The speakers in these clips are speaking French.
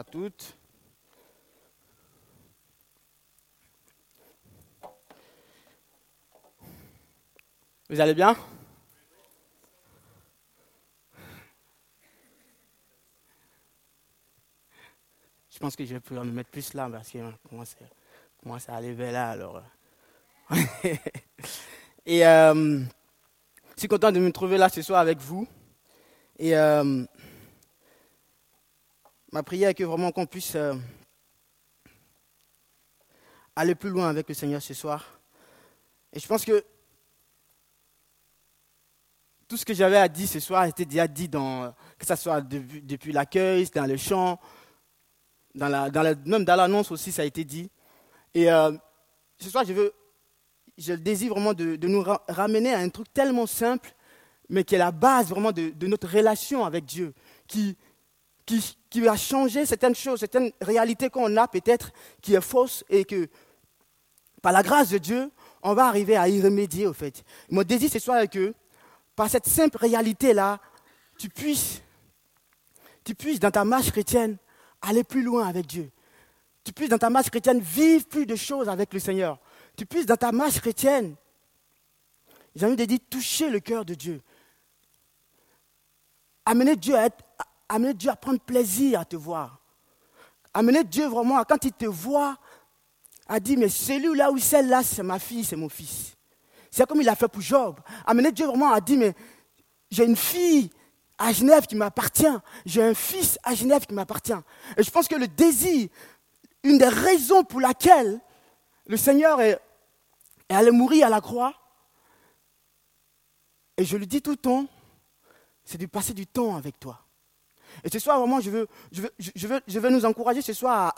À toutes. Vous allez bien? Je pense que je vais pouvoir me mettre plus là parce qu'on commence à aller vers là alors. Et je suis content de me trouver là ce soir avec vous. Et ma prière est que vraiment qu'on puisse aller plus loin avec le Seigneur ce soir. Et je pense que tout ce que j'avais à dire ce soir était déjà dit que ce soit depuis l'accueil, dans le chant, même dans l'annonce aussi, ça a été dit. Et ce soir, je désire vraiment de nous ramener à un truc tellement simple, mais qui est la base vraiment de notre relation avec Dieu, qui va changer certaines choses, certaines réalités qu'on a peut-être, qui est fausse, et que par la grâce de Dieu, on va arriver à y remédier au fait. Mon désir ce soir est que, par cette simple réalité-là, tu puisses dans ta marche chrétienne aller plus loin avec Dieu. Tu puisses dans ta marche chrétienne vivre plus de choses avec le Seigneur. Tu puisses dans ta marche chrétienne, j'ai envie de dire, toucher le cœur de Dieu. Amener Dieu à prendre plaisir à te voir. Amener Dieu vraiment, quand il te voit, à dire, mais celui-là ou celle-là, c'est ma fille, c'est mon fils. C'est comme il a fait pour Job. Amener Dieu vraiment à dire, mais j'ai une fille à Genève qui m'appartient. J'ai un fils à Genève qui m'appartient. Et je pense que le désir, une des raisons pour laquelle le Seigneur est allé mourir à la croix, et je le dis tout le temps, c'est de passer du temps avec toi. Et ce soir, vraiment, je veux nous encourager ce soir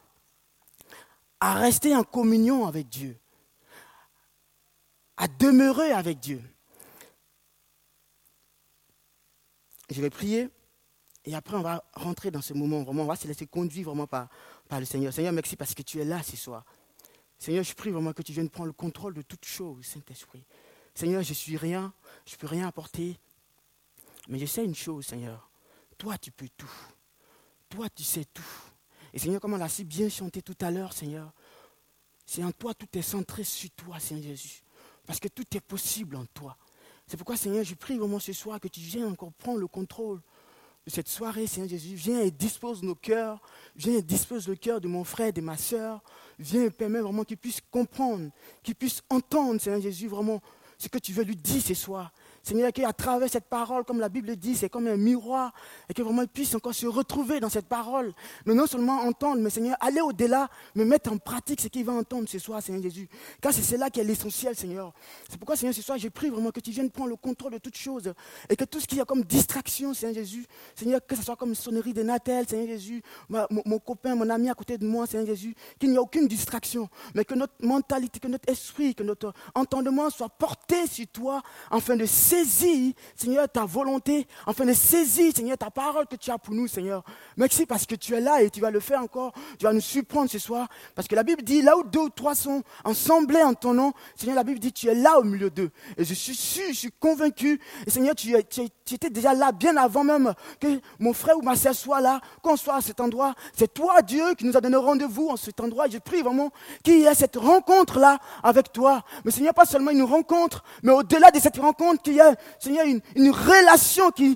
à rester en communion avec Dieu, à demeurer avec Dieu. Je vais prier et après on va rentrer dans ce moment, vraiment, on va se laisser conduire vraiment par le Seigneur. Seigneur, merci parce que tu es là ce soir. Seigneur, je prie vraiment que tu viennes prendre le contrôle de toutes choses, Saint-Esprit. Seigneur, je suis rien, je ne peux rien apporter, mais je sais une chose, Seigneur. Toi, tu peux tout. Toi, tu sais tout. Et Seigneur, comme on l'a si bien chanté tout à l'heure, Seigneur, c'est en toi, tout est centré sur toi, Seigneur Jésus. Parce que tout est possible en toi. C'est pourquoi, Seigneur, je prie vraiment ce soir que tu viennes encore prendre le contrôle de cette soirée, Seigneur Jésus. Viens et dispose nos cœurs. Viens et dispose le cœur de mon frère et de ma sœur. Viens et permets vraiment qu'il puisse comprendre, qu'il puisse entendre, Seigneur Jésus, vraiment ce que tu veux lui dire ce soir. Seigneur, qu'à travers cette parole, comme la Bible dit, c'est comme un miroir, et que vraiment il puisse encore se retrouver dans cette parole. Mais non seulement entendre, mais Seigneur, aller au-delà, mais mettre en pratique ce qu'il va entendre ce soir, Seigneur Jésus. Car c'est cela qui est l'essentiel, Seigneur. C'est pourquoi, Seigneur, ce soir, je prie vraiment que tu viennes prendre le contrôle de toutes choses, et que tout ce qu'il y a comme distraction, Seigneur Jésus, Seigneur, que ce soit comme une sonnerie de Natel, Seigneur Jésus, mon copain, mon ami à côté de moi, Seigneur Jésus, qu'il n'y ait aucune distraction, mais que notre mentalité, que notre esprit, que notre entendement soit porté sur toi, afin de saisir, Seigneur, ta volonté, afin de saisir, Seigneur, ta parole que tu as pour nous, Seigneur. Merci parce que tu es là et tu vas le faire encore. Tu vas nous surprendre ce soir. Parce que la Bible dit, là où 2 ou 3 sont ensemblés en ton nom, Seigneur, la Bible dit, tu es là au milieu d'eux. Et je suis sûr, je suis convaincu. Et Seigneur, tu étais déjà là bien avant même que mon frère ou ma sœur soit là, qu'on soit à cet endroit. C'est toi, Dieu, qui nous a donné rendez-vous en cet endroit. Et je prie vraiment qu'il y ait cette rencontre-là avec toi. Mais Seigneur, pas seulement une rencontre, mais au-delà de cette rencontre, qu'il y ait, Seigneur, une relation qui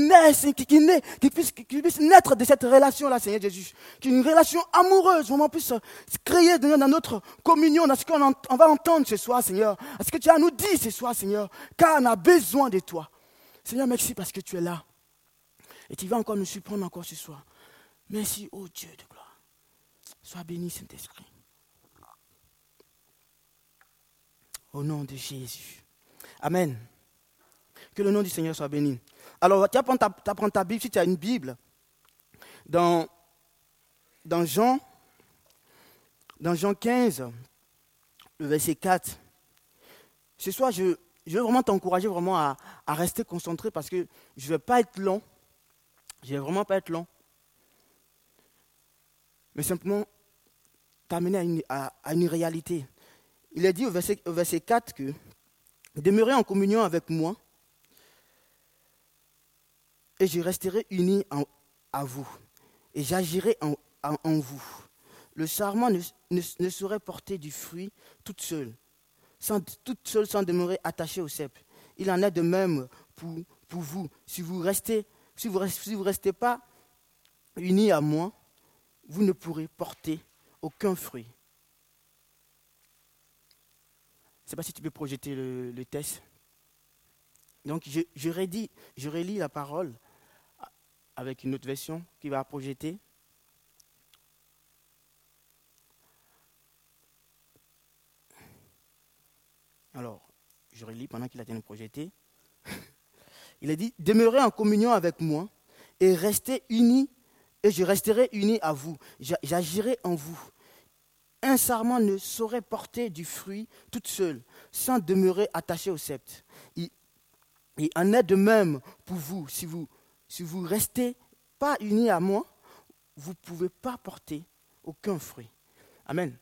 puisse naître de cette relation-là, Seigneur Jésus. Qu'une relation amoureuse, vraiment puisse se créer dans notre communion, dans ce qu'on va entendre ce soir, Seigneur. À ce que tu as à nous dire ce soir, Seigneur. Car on a besoin de toi. Seigneur, merci parce que tu es là. Et tu vas encore nous surprendre encore ce soir. Merci, ô Dieu de gloire. Sois béni, Saint-Esprit. Au nom de Jésus. Amen. Que le nom du Seigneur soit béni. Alors, tu apprends ta Bible, si tu as une Bible, dans Jean 15, le verset 4. Ce soir, je veux vraiment t'encourager vraiment à rester concentré parce que je ne vais pas être long. Je ne vais vraiment pas être long. Mais simplement t'amener à une réalité. Il est dit au verset 4 que demeurez en communion avec moi et je resterai uni à vous. et j'agirai en vous. Le sarment ne saurait porter du fruit toute seule sans demeurer attaché au cep. Il en est de même pour vous. Si vous restez pas unis à moi, vous ne pourrez porter aucun fruit. Je ne sais pas si tu peux projeter le texte. Donc, je relis la parole avec une autre version qui va projeter. Alors, je relis pendant qu'il a été projeté. Il a dit, demeurez en communion avec moi et restez unis, et je resterai uni à vous. J'agirai en vous. Un sarment ne saurait porter du fruit toute seule, sans demeurer attaché au sceptre. Il en est de même pour vous. Si vous restez pas unis à moi, vous ne pouvez pas porter aucun fruit. Amen.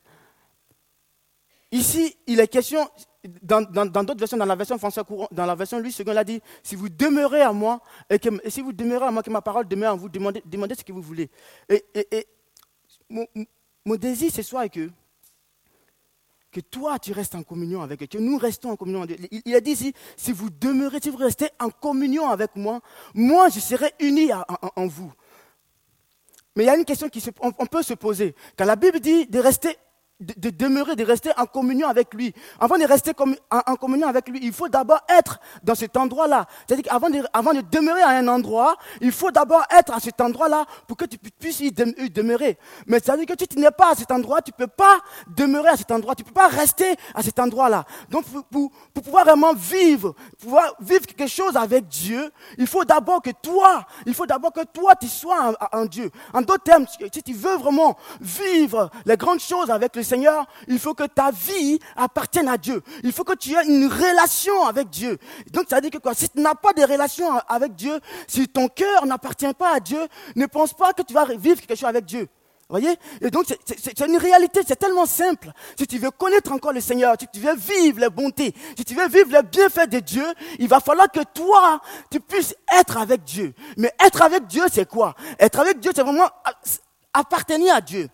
Ici, il est question, dans d'autres versions, dans la version française courante, dans la version Louis II, il a dit, si vous demeurez à moi, et si vous demeurez à moi, que ma parole demeure en vous, demandez ce que vous voulez. Et mon désir ce soir est que toi, tu restes en communion avec Dieu, que nous restons en communion avec Dieu. Il a dit ici, si vous demeurez, si vous restez en communion avec moi, moi, je serai uni en vous. Mais il y a une question on peut se poser. Quand la Bible dit de rester, de demeurer, de rester en communion avec lui, avant de rester en communion avec lui, il faut d'abord être dans cet endroit-là. C'est-à-dire qu'avant de demeurer à un endroit, il faut d'abord être à cet endroit-là pour que tu puisses y demeurer. Mais c'est-à-dire que si tu n'es pas à cet endroit, tu ne peux pas demeurer à cet endroit, tu ne peux pas rester à cet endroit-là. Donc pour pouvoir vraiment vivre quelque chose avec Dieu, il faut d'abord que toi, tu sois en Dieu. En d'autres termes, si tu veux vraiment vivre les grandes choses avec le Seigneur, il faut que ta vie appartienne à Dieu. Il faut que tu aies une relation avec Dieu. Donc ça veut dire que quoi? Si tu n'as pas de relation avec Dieu, si ton cœur n'appartient pas à Dieu, ne pense pas que tu vas vivre quelque chose avec Dieu. Vous voyez? Et donc c'est une réalité, c'est tellement simple. Si tu veux connaître encore le Seigneur, si tu veux vivre les bontés, si tu veux vivre les bienfaits de Dieu, il va falloir que toi, tu puisses être avec Dieu. Mais être avec Dieu, c'est quoi? Être avec Dieu, c'est vraiment appartenir à Dieu.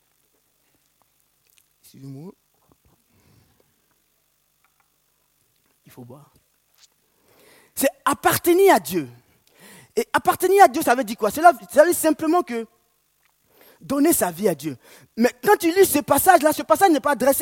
Excusez-moi. Il faut boire. C'est appartenir à Dieu. Et appartenir à Dieu, ça veut dire quoi? Ça veut dire simplement que donner sa vie à Dieu. Mais quand tu lis ce passage-là, ce passage n'est pas adressé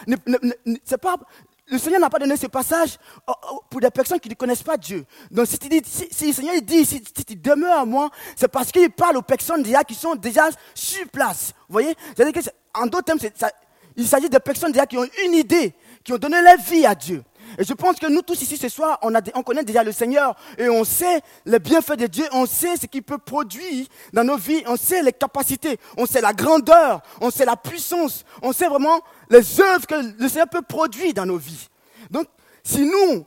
le Seigneur n'a pas donné ce passage pour des personnes qui ne connaissent pas Dieu. Donc si le Seigneur dit, si tu demeures à moi, c'est parce qu'il parle aux personnes déjà qui sont déjà sur place. Vous voyez? C'est-à-dire que, en d'autres termes, il s'agit de personnes déjà qui ont une idée, qui ont donné leur vie à Dieu. Et je pense que nous tous ici ce soir, on connaît déjà le Seigneur et on sait les bienfaits de Dieu, on sait ce qu'il peut produire dans nos vies, on sait les capacités, on sait la grandeur, on sait la puissance, on sait vraiment les œuvres que le Seigneur peut produire dans nos vies. Donc, si nous,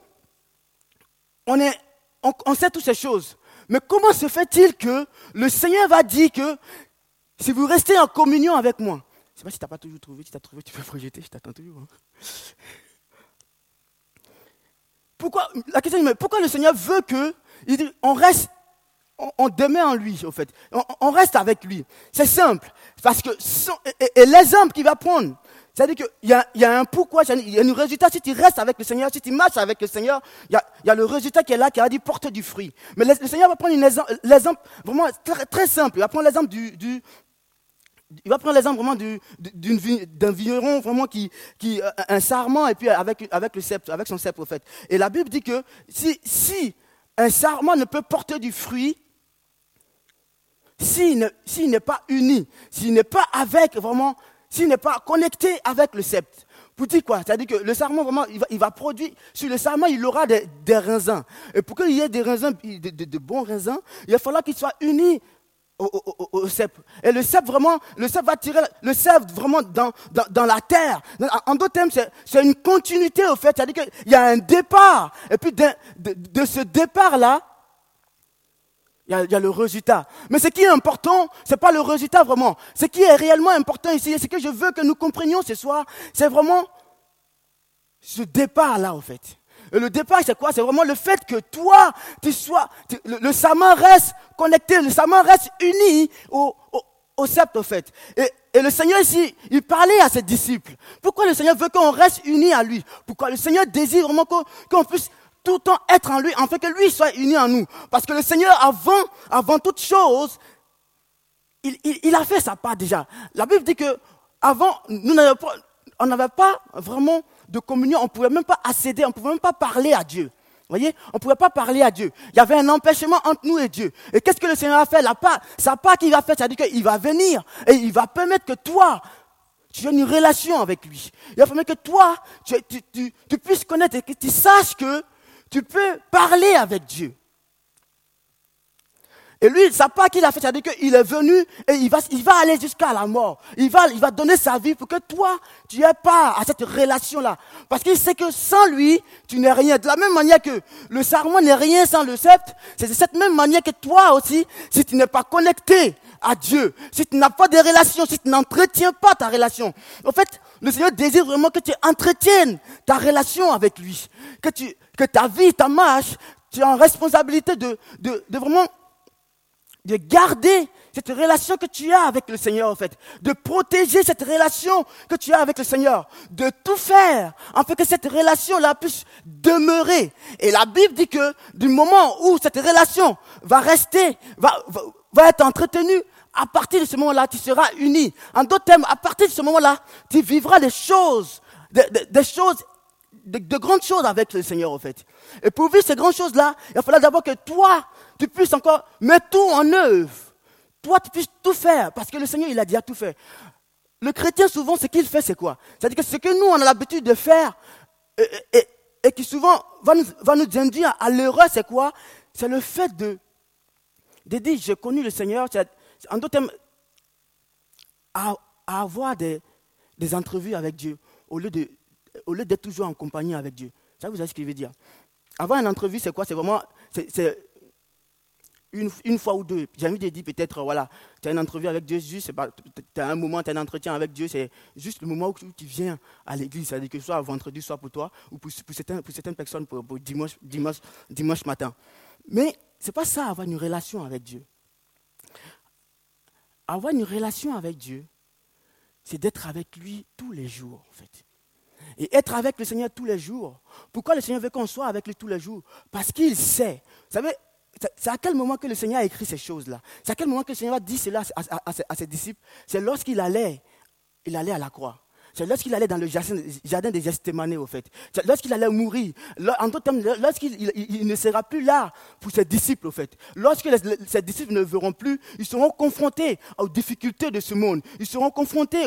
on sait toutes ces choses, mais comment se fait-il que le Seigneur va dire que si vous restez en communion avec moi, je ne sais pas si tu n'as pas toujours trouvé, si tu as trouvé, tu peux projeter, je t'attends toujours. Hein. La question est, pourquoi le Seigneur veut qu'on reste, on demeure en lui, au fait. On reste avec lui. C'est simple. Parce que, et l'exemple qu'il va prendre, c'est-à-dire qu'il y a un pourquoi, il y a un résultat. Si tu restes avec le Seigneur, si tu marches avec le Seigneur, il y a le résultat qui est là, qui a dit porter du fruit. Mais le Seigneur va prendre l'exemple vraiment très, très simple. Il va prendre l'exemple il va prendre l'exemple vraiment d'un vigneron vraiment qui un sarment et puis avec le sceptre, avec son sceptre au fait. Et la Bible dit que si un sarment ne peut porter du fruit, s'il n'est pas uni, s'il n'est pas s'il n'est pas connecté avec le sceptre. Pour dire quoi? C'est-à-dire que le sarment vraiment, il va produire, sur le sarment, il aura des raisins. Et pour qu'il y ait des raisins, de bons raisins, il va falloir qu'ils soient unis au cep. Et le cep va tirer le cep vraiment dans la terre. En d'autres termes, c'est une continuité au fait. C'est-à-dire qu'il y a un départ. Et puis de ce départ-là, il y a le résultat. Mais ce qui est important, ce n'est pas le résultat vraiment. Ce qui est réellement important ici, et ce que je veux que nous comprenions ce soir, c'est vraiment ce départ-là au fait. Et le départ, c'est quoi? C'est vraiment le fait que toi, le saman reste connecté, le saman reste uni au sceptre, en fait. Et le Seigneur ici, il parlait à ses disciples. Pourquoi le Seigneur veut qu'on reste unis à lui? Pourquoi le Seigneur désire vraiment qu'on puisse tout le temps être en lui, afin que lui soit uni en nous? Parce que le Seigneur, avant toute chose, il a fait sa part déjà. La Bible dit que avant, on n'avait pas vraiment de communion, on ne pouvait même pas accéder, on ne pouvait même pas parler à Dieu. Vous voyez, on ne pouvait pas parler à Dieu. Il y avait un empêchement entre nous et Dieu. Et qu'est-ce que le Seigneur a fait? Sa part qu'il va faire, c'est-à-dire qu'il va venir et il va permettre que toi, tu aies une relation avec lui. Il va permettre que toi, tu puisses connaître et que tu saches que tu peux parler avec Dieu. Et lui, sa part qu'il a fait, c'est-à-dire qu'il est venu et il va aller jusqu'à la mort. Il va donner sa vie pour que toi, tu aies part à cette relation-là. Parce qu'il sait que sans lui, tu n'es rien. De la même manière que le sarment n'est rien sans le sceptre, c'est de cette même manière que toi aussi, si tu n'es pas connecté à Dieu, si tu n'as pas de relation, si tu n'entretiens pas ta relation. En fait, le Seigneur désire vraiment que tu entretiennes ta relation avec lui. Que ta vie, ta marche, tu es en responsabilité de vraiment de garder cette relation que tu as avec le Seigneur, en fait, de protéger cette relation que tu as avec le Seigneur, de tout faire afin que cette relation-là puisse demeurer. Et la Bible dit que du moment où cette relation va rester, va être entretenue, à partir de ce moment-là, tu seras uni. En d'autres termes, à partir de ce moment-là, tu vivras des choses, de grandes choses avec le Seigneur, en fait. Et pour vivre ces grandes choses-là, il va falloir d'abord que toi, tu puisses encore mettre tout en œuvre. Toi, tu puisses tout faire, parce que le Seigneur, il a déjà tout fait. Le chrétien, souvent, ce qu'il fait, c'est quoi? C'est-à-dire que ce que nous, on a l'habitude de faire, et qui souvent va nous induire à l'erreur, c'est quoi? C'est le fait de dire, j'ai connu le Seigneur, en d'autres termes, à avoir des entrevues avec Dieu, au lieu d'être toujours en compagnie avec Dieu. Ça, vous savez ce qu'il veut dire? Avoir une entrevue, c'est quoi? C'est vraiment, c'est une fois ou deux. J'ai envie de dire peut-être, voilà, tu as une entrevue avec Dieu, tu as un moment, tu as un entretien avec Dieu, c'est juste le moment où tu viens à l'église, c'est-à-dire que soit vendredi, soit pour toi, ou pour certaines personnes pour dimanche matin. Mais ce n'est pas ça, avoir une relation avec Dieu. Avoir une relation avec Dieu, c'est d'être avec lui tous les jours, en fait. Et être avec le Seigneur tous les jours. Pourquoi le Seigneur veut qu'on soit avec lui tous les jours? Parce qu'il sait. Vous savez, c'est à quel moment que le Seigneur a écrit ces choses-là? C'est à quel moment que le Seigneur a dit cela à ses disciples? C'est lorsqu'il allait à la croix. C'est lorsqu'il allait dans le jardin des Gethsémanés, au fait. C'est lorsqu'il allait mourir. En d'autres termes, lorsqu'il ne sera plus là pour ses disciples, au fait. Lorsque ses disciples ne verront plus, ils seront confrontés aux difficultés de ce monde. Ils seront confrontés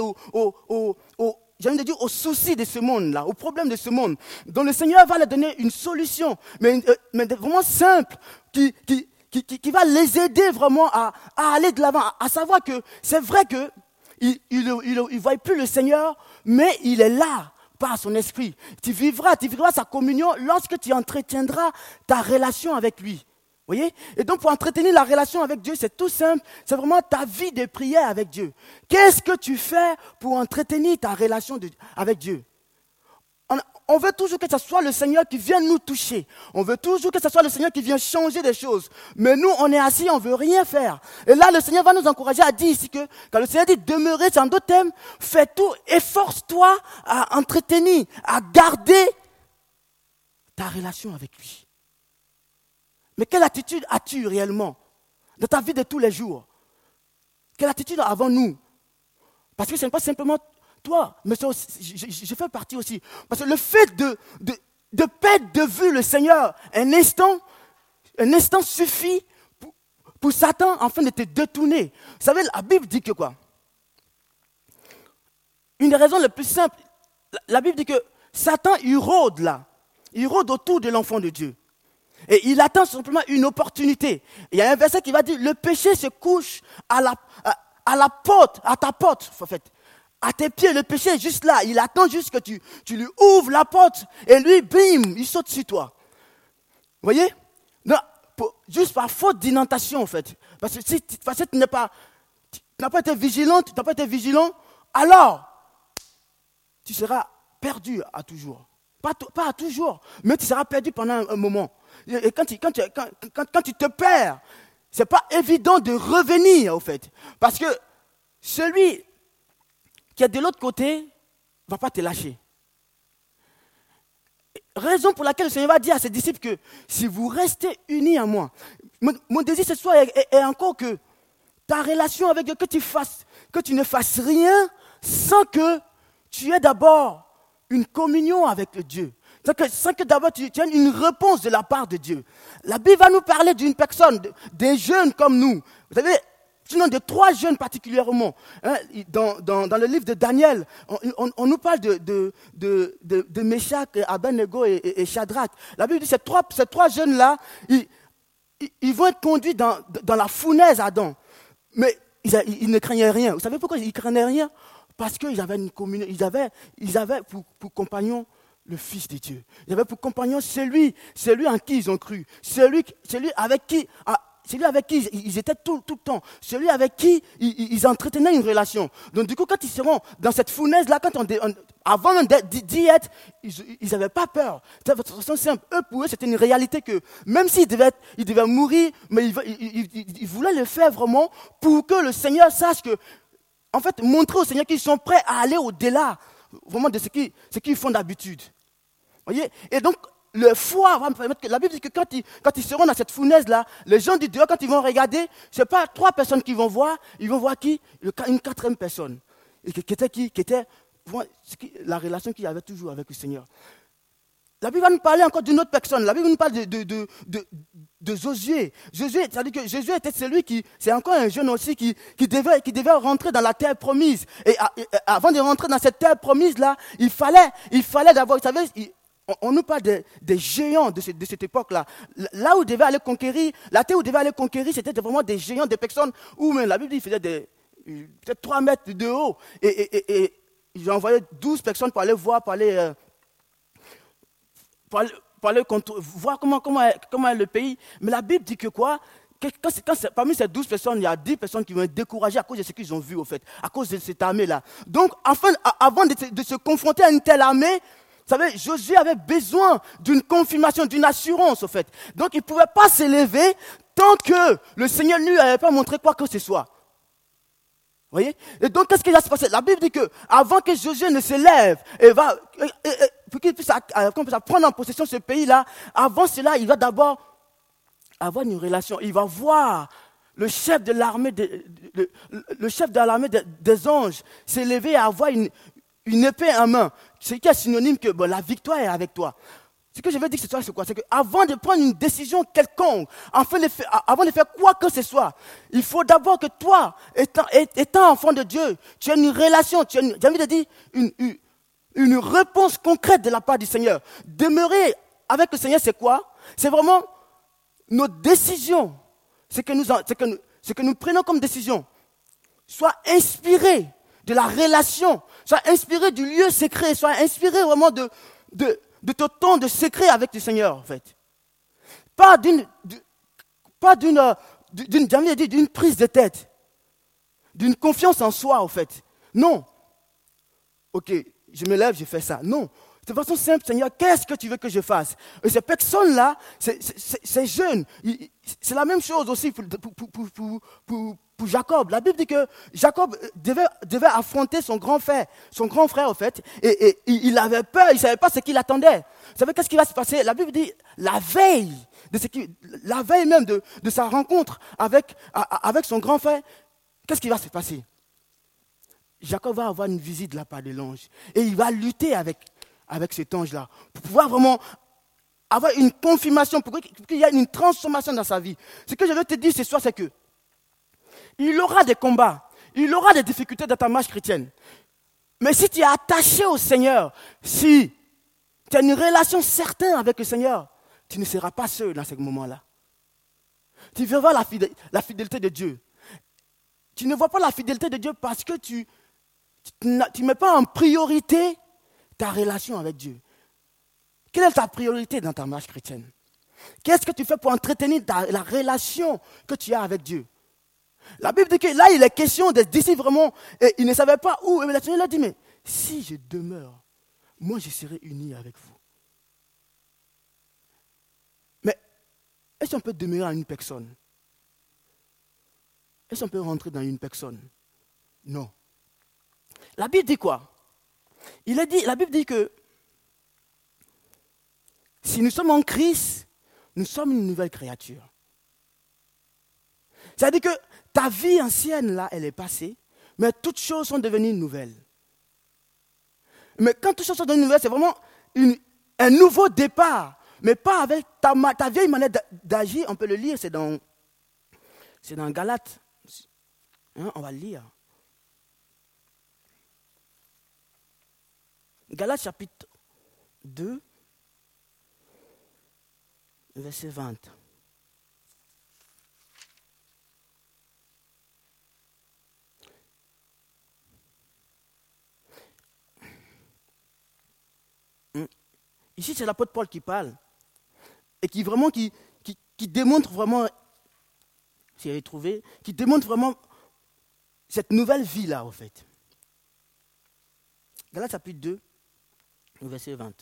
aux soucis de ce monde-là, aux problèmes de ce monde. Donc le Seigneur va leur donner une solution, mais vraiment simple, qui va les aider vraiment à aller de l'avant, à savoir que c'est vrai que il voit plus le Seigneur, mais il est là par son esprit. Tu vivras sa communion lorsque tu entretiendras ta relation avec lui. Voyez? Et donc pour entretenir la relation avec Dieu, c'est tout simple, c'est vraiment ta vie de prière avec Dieu. Qu'est-ce que tu fais pour entretenir ta relation avec Dieu? On veut toujours que ce soit le Seigneur qui vienne nous toucher. On veut toujours que ce soit le Seigneur qui vienne changer des choses. Mais nous, on est assis, on ne veut rien faire. Et là, le Seigneur va nous encourager à dire ici que, quand le Seigneur dit demeurer, c'est en d'autres termes, fais tout, efforce-toi à entretenir, à garder ta relation avec lui. Mais quelle attitude as-tu réellement dans ta vie de tous les jours? Quelle attitude avons-nous? Parce que ce n'est pas simplement toi, mais je fais partie aussi. Parce que le fait de perdre de vue le Seigneur un instant suffit pour Satan afin de te détourner. Vous savez, la Bible dit que quoi? Une des raisons les plus simples, la Bible dit que Satan, il rôde autour de l'enfant de Dieu. Et il attend simplement une opportunité. Il y a un verset qui va dire, le péché se couche à ta porte, en fait. À tes pieds, le péché est juste là. Il attend juste que tu lui ouvres la porte et lui, bim, il saute sur toi. Vous voyez? Non, juste par faute d'intention, en fait. Parce que si tu n'as pas été vigilant, alors tu seras perdu à toujours. Pas toujours, mais tu seras perdu pendant un moment. Et quand tu te perds, ce n'est pas évident de revenir, au fait. Parce que celui qui est de l'autre côté ne va pas te lâcher. Raison pour laquelle le Seigneur va dire à ses disciples que si vous restez unis à moi, mon désir ce soir est encore que ta relation avec Dieu, que tu ne fasses rien sans que tu aies d'abord une communion avec Dieu. Sans que d'abord tu aies une réponse de la part de Dieu. La Bible va nous parler d'une personne, des jeunes comme nous. Vous savez, sinon de 3 jeunes particulièrement. Hein, dans le livre de Daniel, on nous parle de Meshach, Abednego et Shadrach. La Bible dit que ces trois jeunes-là, ils vont être conduits dans la fournaise à Adam. Mais ils ne craignaient rien. Vous savez pourquoi ils ne craignaient rien? Parce qu'ils avaient une communion, ils avaient pour compagnon le Fils de Dieu. Ils avaient pour compagnon celui en qui ils ont cru, celui avec qui ils étaient tout le temps, celui avec qui ils entretenaient une relation. Donc du coup, quand ils seront dans cette fournaise-là, avant d'y être, ils n'avaient pas peur. De toute façon, pour eux, c'était une réalité que même s'ils devaient mourir, mais ils voulaient le faire vraiment pour que le Seigneur sache que, en fait, montrer au Seigneur qu'ils sont prêts à aller au-delà vraiment de ce qu'ils font d'habitude. Voyez? Et donc, le foi va me permettre que la Bible dit que quand ils seront dans cette fournaise-là, les gens du dehors, quand ils vont regarder, ce n'est pas 3 personnes qu'ils vont voir, ils vont voir qui? Une 4e personne. Et qui était la relation qu'il y avait toujours avec le Seigneur. La Bible va nous parler encore d'une autre personne. La Bible nous parle de Josué. Josué, c'est-à-dire que Josué était celui c'est encore un jeune aussi qui devait rentrer dans la terre promise. Et avant de rentrer dans cette terre promise-là, il fallait d'abord, vous savez, on nous parle des géants de cette époque-là. Là où il devait aller conquérir, la terre où il devait aller conquérir, c'était vraiment des géants, des personnes où même la Bible dit qu'il faisait peut-être 3 mètres de haut. Et ils ont envoyé 12 personnes pour aller voir, pour aller voir comment est le pays. Mais la Bible dit que quoi? Parmi ces 12 personnes, il y a 10 personnes qui vont être découragées à cause de ce qu'ils ont vu, au fait, à cause de cette armée-là. Donc, avant de se confronter à une telle armée, vous savez, Josué avait besoin d'une confirmation, d'une assurance, au fait. Donc, il ne pouvait pas s'élever tant que le Seigneur ne lui avait pas montré quoi que ce soit. Vous voyez? Et donc, qu'est-ce qui va se passer? La Bible dit qu'avant que Josué ne se lève pour qu'il puisse prendre en possession de ce pays-là, avant cela, il va d'abord avoir une relation. Il va voir le chef de l'armée des anges s'élever et avoir une épée en main. Ce qui est synonyme que la victoire est avec toi. Ce que je veux dire ce soir, c'est quoi? C'est qu'avant de prendre une décision quelconque, avant de faire quoi que ce soit, il faut d'abord que toi, étant enfant de Dieu, tu aies une relation, j'ai envie de dire, une réponse concrète de la part du Seigneur. Demeurer avec le Seigneur, c'est quoi? C'est vraiment nos décisions, ce que nous prenons comme décision, soit inspiré de la relation, soit inspiré du lieu secret, soit inspiré vraiment de ton temps de secret avec le Seigneur, en fait. Pas d'une prise de tête, d'une confiance en soi, en fait. Non. Ok, je me lève, je fais ça. Non. De façon simple, Seigneur, qu'est-ce que tu veux que je fasse? Et ces personnes-là, ces jeunes, c'est la même chose aussi pour Jacob. La Bible dit que Jacob devait affronter son grand frère, en fait, et il avait peur, il ne savait pas ce qui l'attendait. Vous savez qu'est-ce qui va se passer? La Bible dit, la veille même de sa rencontre avec son grand frère, qu'est-ce qui va se passer? Jacob va avoir une visite de la part de l'ange, et il va lutter avec cet ange-là, pour pouvoir vraiment avoir une confirmation, pour qu'il y ait une transformation dans sa vie. Ce que je veux te dire ce soir, c'est que il aura des combats, il aura des difficultés dans ta marche chrétienne. Mais si tu es attaché au Seigneur, si tu as une relation certaine avec le Seigneur, tu ne seras pas seul dans ce moment-là. Tu verras la fidélité de Dieu. Tu ne vois pas la fidélité de Dieu parce que tu ne mets pas en priorité ta relation avec Dieu. Quelle est ta priorité dans ta marche chrétienne? Qu'est-ce que tu fais pour entretenir la relation que tu as avec Dieu? La Bible dit que là, il est question des disciples vraiment, et ils ne savaient pas où. Et le Seigneur leur dit, mais si je demeure, moi je serai uni avec vous. est-ce qu'on peut demeurer en une personne? Est-ce qu'on peut rentrer dans une personne? Non. La Bible dit quoi? La Bible dit que si nous sommes en Christ, nous sommes une nouvelle créature. C'est-à-dire que ta vie ancienne, là, elle est passée, mais toutes choses sont devenues nouvelles. Mais quand toutes choses sont devenues nouvelles, c'est vraiment un nouveau départ, mais pas avec ta vieille manière d'agir. On peut le lire, c'est dans Galates. Hein, on va le lire. Galates chapitre 2, verset 20. Ici, c'est l'apôtre Paul qui parle et qui démontre vraiment, si elle est trouvée, qui démontre vraiment cette nouvelle vie-là, en fait. Galates chapitre 2, verset 20.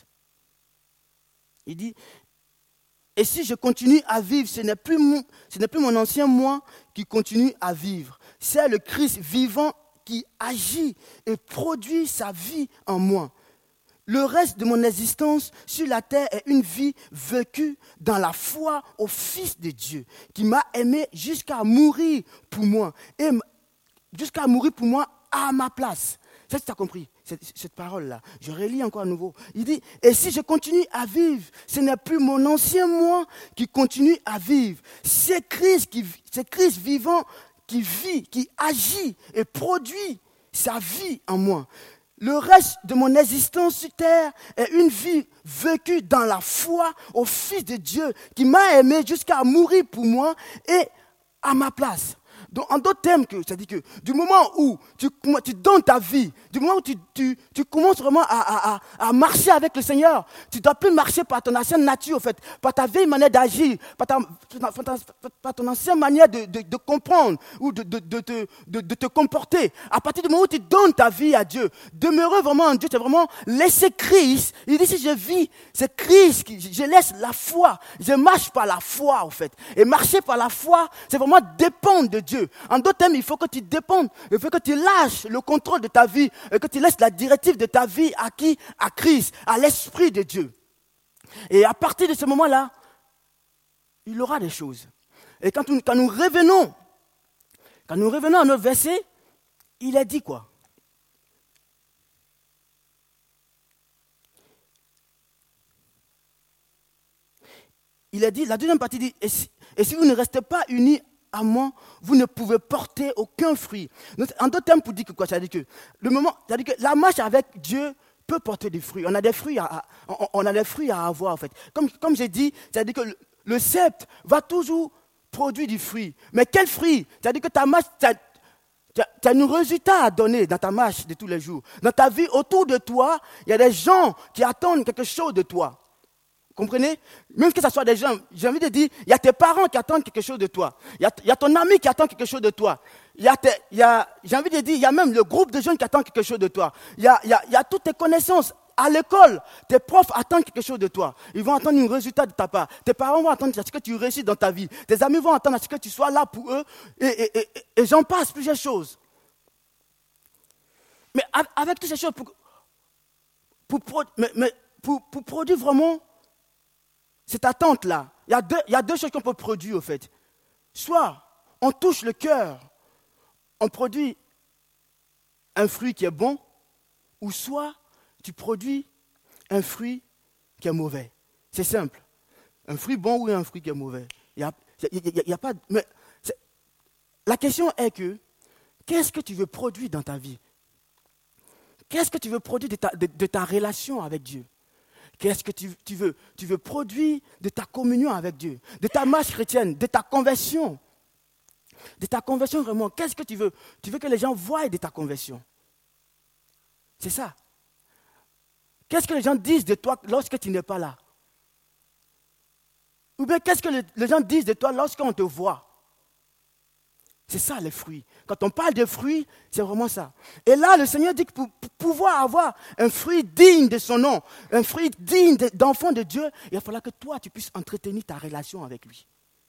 Il dit, et si je continue à vivre, ce n'est plus mon ancien moi qui continue à vivre. C'est le Christ vivant qui agit et produit sa vie en moi. Le reste de mon existence sur la terre est une vie vécue dans la foi au Fils de Dieu, qui m'a aimé jusqu'à mourir pour moi, et jusqu'à mourir pour moi à ma place. Ça, tu as compris, cette parole-là. Je relis encore à nouveau. Il dit, et si je continue à vivre, ce n'est plus mon ancien moi qui continue à vivre. C'est Christ vivant qui vit, qui agit et produit sa vie en moi. Le reste de mon existence sur terre est une vie vécue dans la foi au Fils de Dieu qui m'a aimé jusqu'à mourir pour moi et à ma place. Donc, en d'autres termes, c'est-à-dire que du moment où tu donnes ta vie, du moment où tu commences vraiment à marcher avec le Seigneur, tu ne dois plus marcher par ton ancienne nature, en fait, par ta vieille manière d'agir, par ton ancienne manière de comprendre ou de te comporter. À partir du moment où tu donnes ta vie à Dieu, demeurer vraiment en Dieu, c'est vraiment laisser Christ. Il dit, si je vis, c'est Christ, je laisse la foi, je marche par la foi, en fait. Et marcher par la foi, c'est vraiment dépendre de Dieu. En d'autres termes, il faut que tu dépendes, il faut que tu lâches le contrôle de ta vie et que tu laisses la directive de ta vie à qui? À Christ, à l'Esprit de Dieu. Et à partir de ce moment-là, il aura des choses. Et quand nous revenons à notre verset, il a dit quoi? Il a dit, la deuxième partie dit, et si vous ne restez pas unis à moi, vous ne pouvez porter aucun fruit. Donc, en d'autres termes, pour dire que quoi? C'est-à-dire que la marche avec Dieu peut porter des fruits. On a des fruits à avoir, en fait. Comme j'ai dit, c'est-à-dire que le cep va toujours produire du fruit. Mais quel fruit? C'est-à-dire que ta marche, tu as un résultat à donner dans ta marche de tous les jours. Dans ta vie, autour de toi, il y a des gens qui attendent quelque chose de toi. Comprenez? Même que ce soit des gens, j'ai envie de dire, il y a tes parents qui attendent quelque chose de toi. Il y a ton ami qui attend quelque chose de toi. J'ai envie de dire, il y a même le groupe de jeunes qui attendent quelque chose de toi. Il y a toutes tes connaissances. À l'école, tes profs attendent quelque chose de toi. Ils vont attendre un résultat de ta part. Tes parents vont attendre à ce que tu réussisses dans ta vie. Tes amis vont attendre à ce que tu sois là pour eux. Et j'en passe plusieurs choses. Mais avec toutes ces choses, pour produire vraiment cette attente-là, il y a deux choses qu'on peut produire, au fait. Soit on touche le cœur, on produit un fruit qui est bon, ou soit tu produis un fruit qui est mauvais. C'est simple. Un fruit bon ou un fruit qui est mauvais. Il y a pas. Mais la question est que, qu'est-ce que tu veux produire dans ta vie? Qu'est-ce que tu veux produire de ta relation avec Dieu? Qu'est-ce que tu veux produire de ta communion avec Dieu, de ta marche chrétienne, de ta conversion? De ta conversion vraiment, qu'est-ce que tu veux? Tu veux que les gens voient de ta conversion. C'est ça. Qu'est-ce que les gens disent de toi lorsque tu n'es pas là? Ou bien qu'est-ce que les gens disent de toi lorsqu'on te voit? C'est ça les fruits. Quand on parle de fruits, c'est vraiment ça. Et là, le Seigneur dit que pour pouvoir avoir un fruit digne de son nom, un fruit digne d'enfant de Dieu, il va falloir que toi, tu puisses entretenir ta relation avec lui.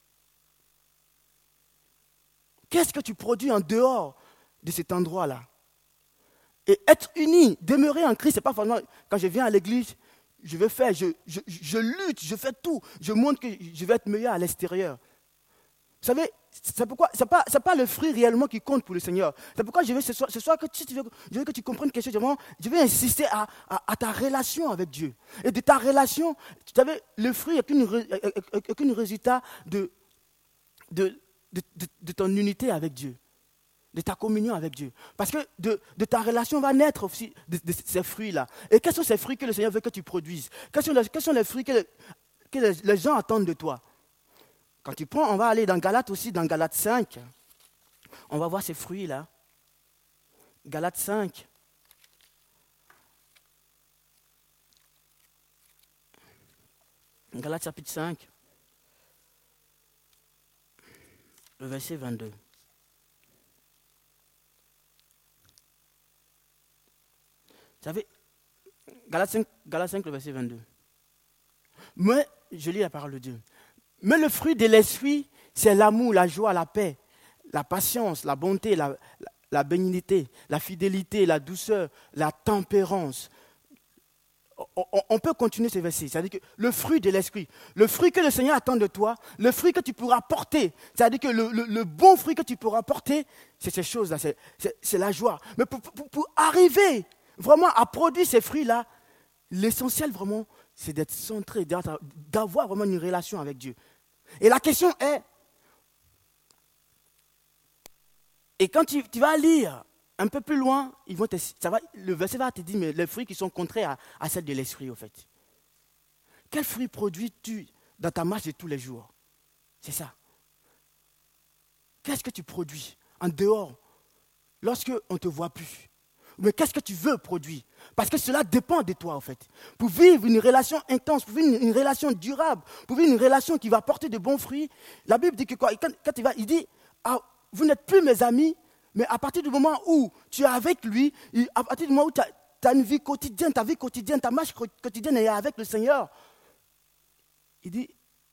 Qu'est-ce que tu produis en dehors de cet endroit-là? Et être uni, demeurer en Christ, ce n'est pas forcément quand je viens à l'église, je vais faire, je lutte, je fais tout, je montre que je vais être meilleur à l'extérieur. Vous savez, c'est pourquoi ce n'est pas le fruit réellement qui compte pour le Seigneur. C'est pourquoi je veux ce soir que je veux que tu comprennes quelque chose. Je veux insister à ta relation avec Dieu. Et de ta relation, tu savez, le fruit n'est qu'un résultat de ton unité avec Dieu, de ta communion avec Dieu. Parce que de ta relation va naître aussi de ces fruits-là. Et quels sont ces fruits que le Seigneur veut que tu produises? Quels sont les fruits que les gens attendent de toi? Quand tu prends, on va aller dans Galates aussi, dans Galates 5. On va voir ces fruits-là. Galates 5. Galates chapitre 5. Le verset 22. Vous savez, Galates 5, le verset 22. Mais, je lis la parole de Dieu. Mais le fruit de l'esprit, c'est l'amour, la joie, la paix, la patience, la bonté, la bénignité, la fidélité, la douceur, la tempérance. On peut continuer ce verset. C'est-à-dire que le fruit de l'esprit, le fruit que le Seigneur attend de toi, le fruit que tu pourras porter, c'est-à-dire que le bon fruit que tu pourras porter, c'est ces choses-là, c'est la joie. Mais pour arriver vraiment à produire ces fruits-là, l'essentiel vraiment, c'est d'être centré, d'avoir vraiment une relation avec Dieu. Et la question est, et quand tu vas lire un peu plus loin, le verset va te dire, mais les fruits qui sont contraires à celles de l'esprit, au fait. Quels fruits produis-tu dans ta marche de tous les jours? C'est ça. Qu'est-ce que tu produis en dehors, lorsqu'on ne te voit plus? Mais qu'est-ce que tu veux produire? Parce que cela dépend de toi, en fait. Pour vivre une relation intense, pour vivre une relation durable, pour vivre une relation qui va porter de bons fruits, la Bible dit que quand il dit, ah, vous n'êtes plus mes amis, mais à partir du moment où tu es avec lui, à partir du moment où tu as une vie quotidienne, ta vie quotidienne, ta marche quotidienne est avec le Seigneur, il dit,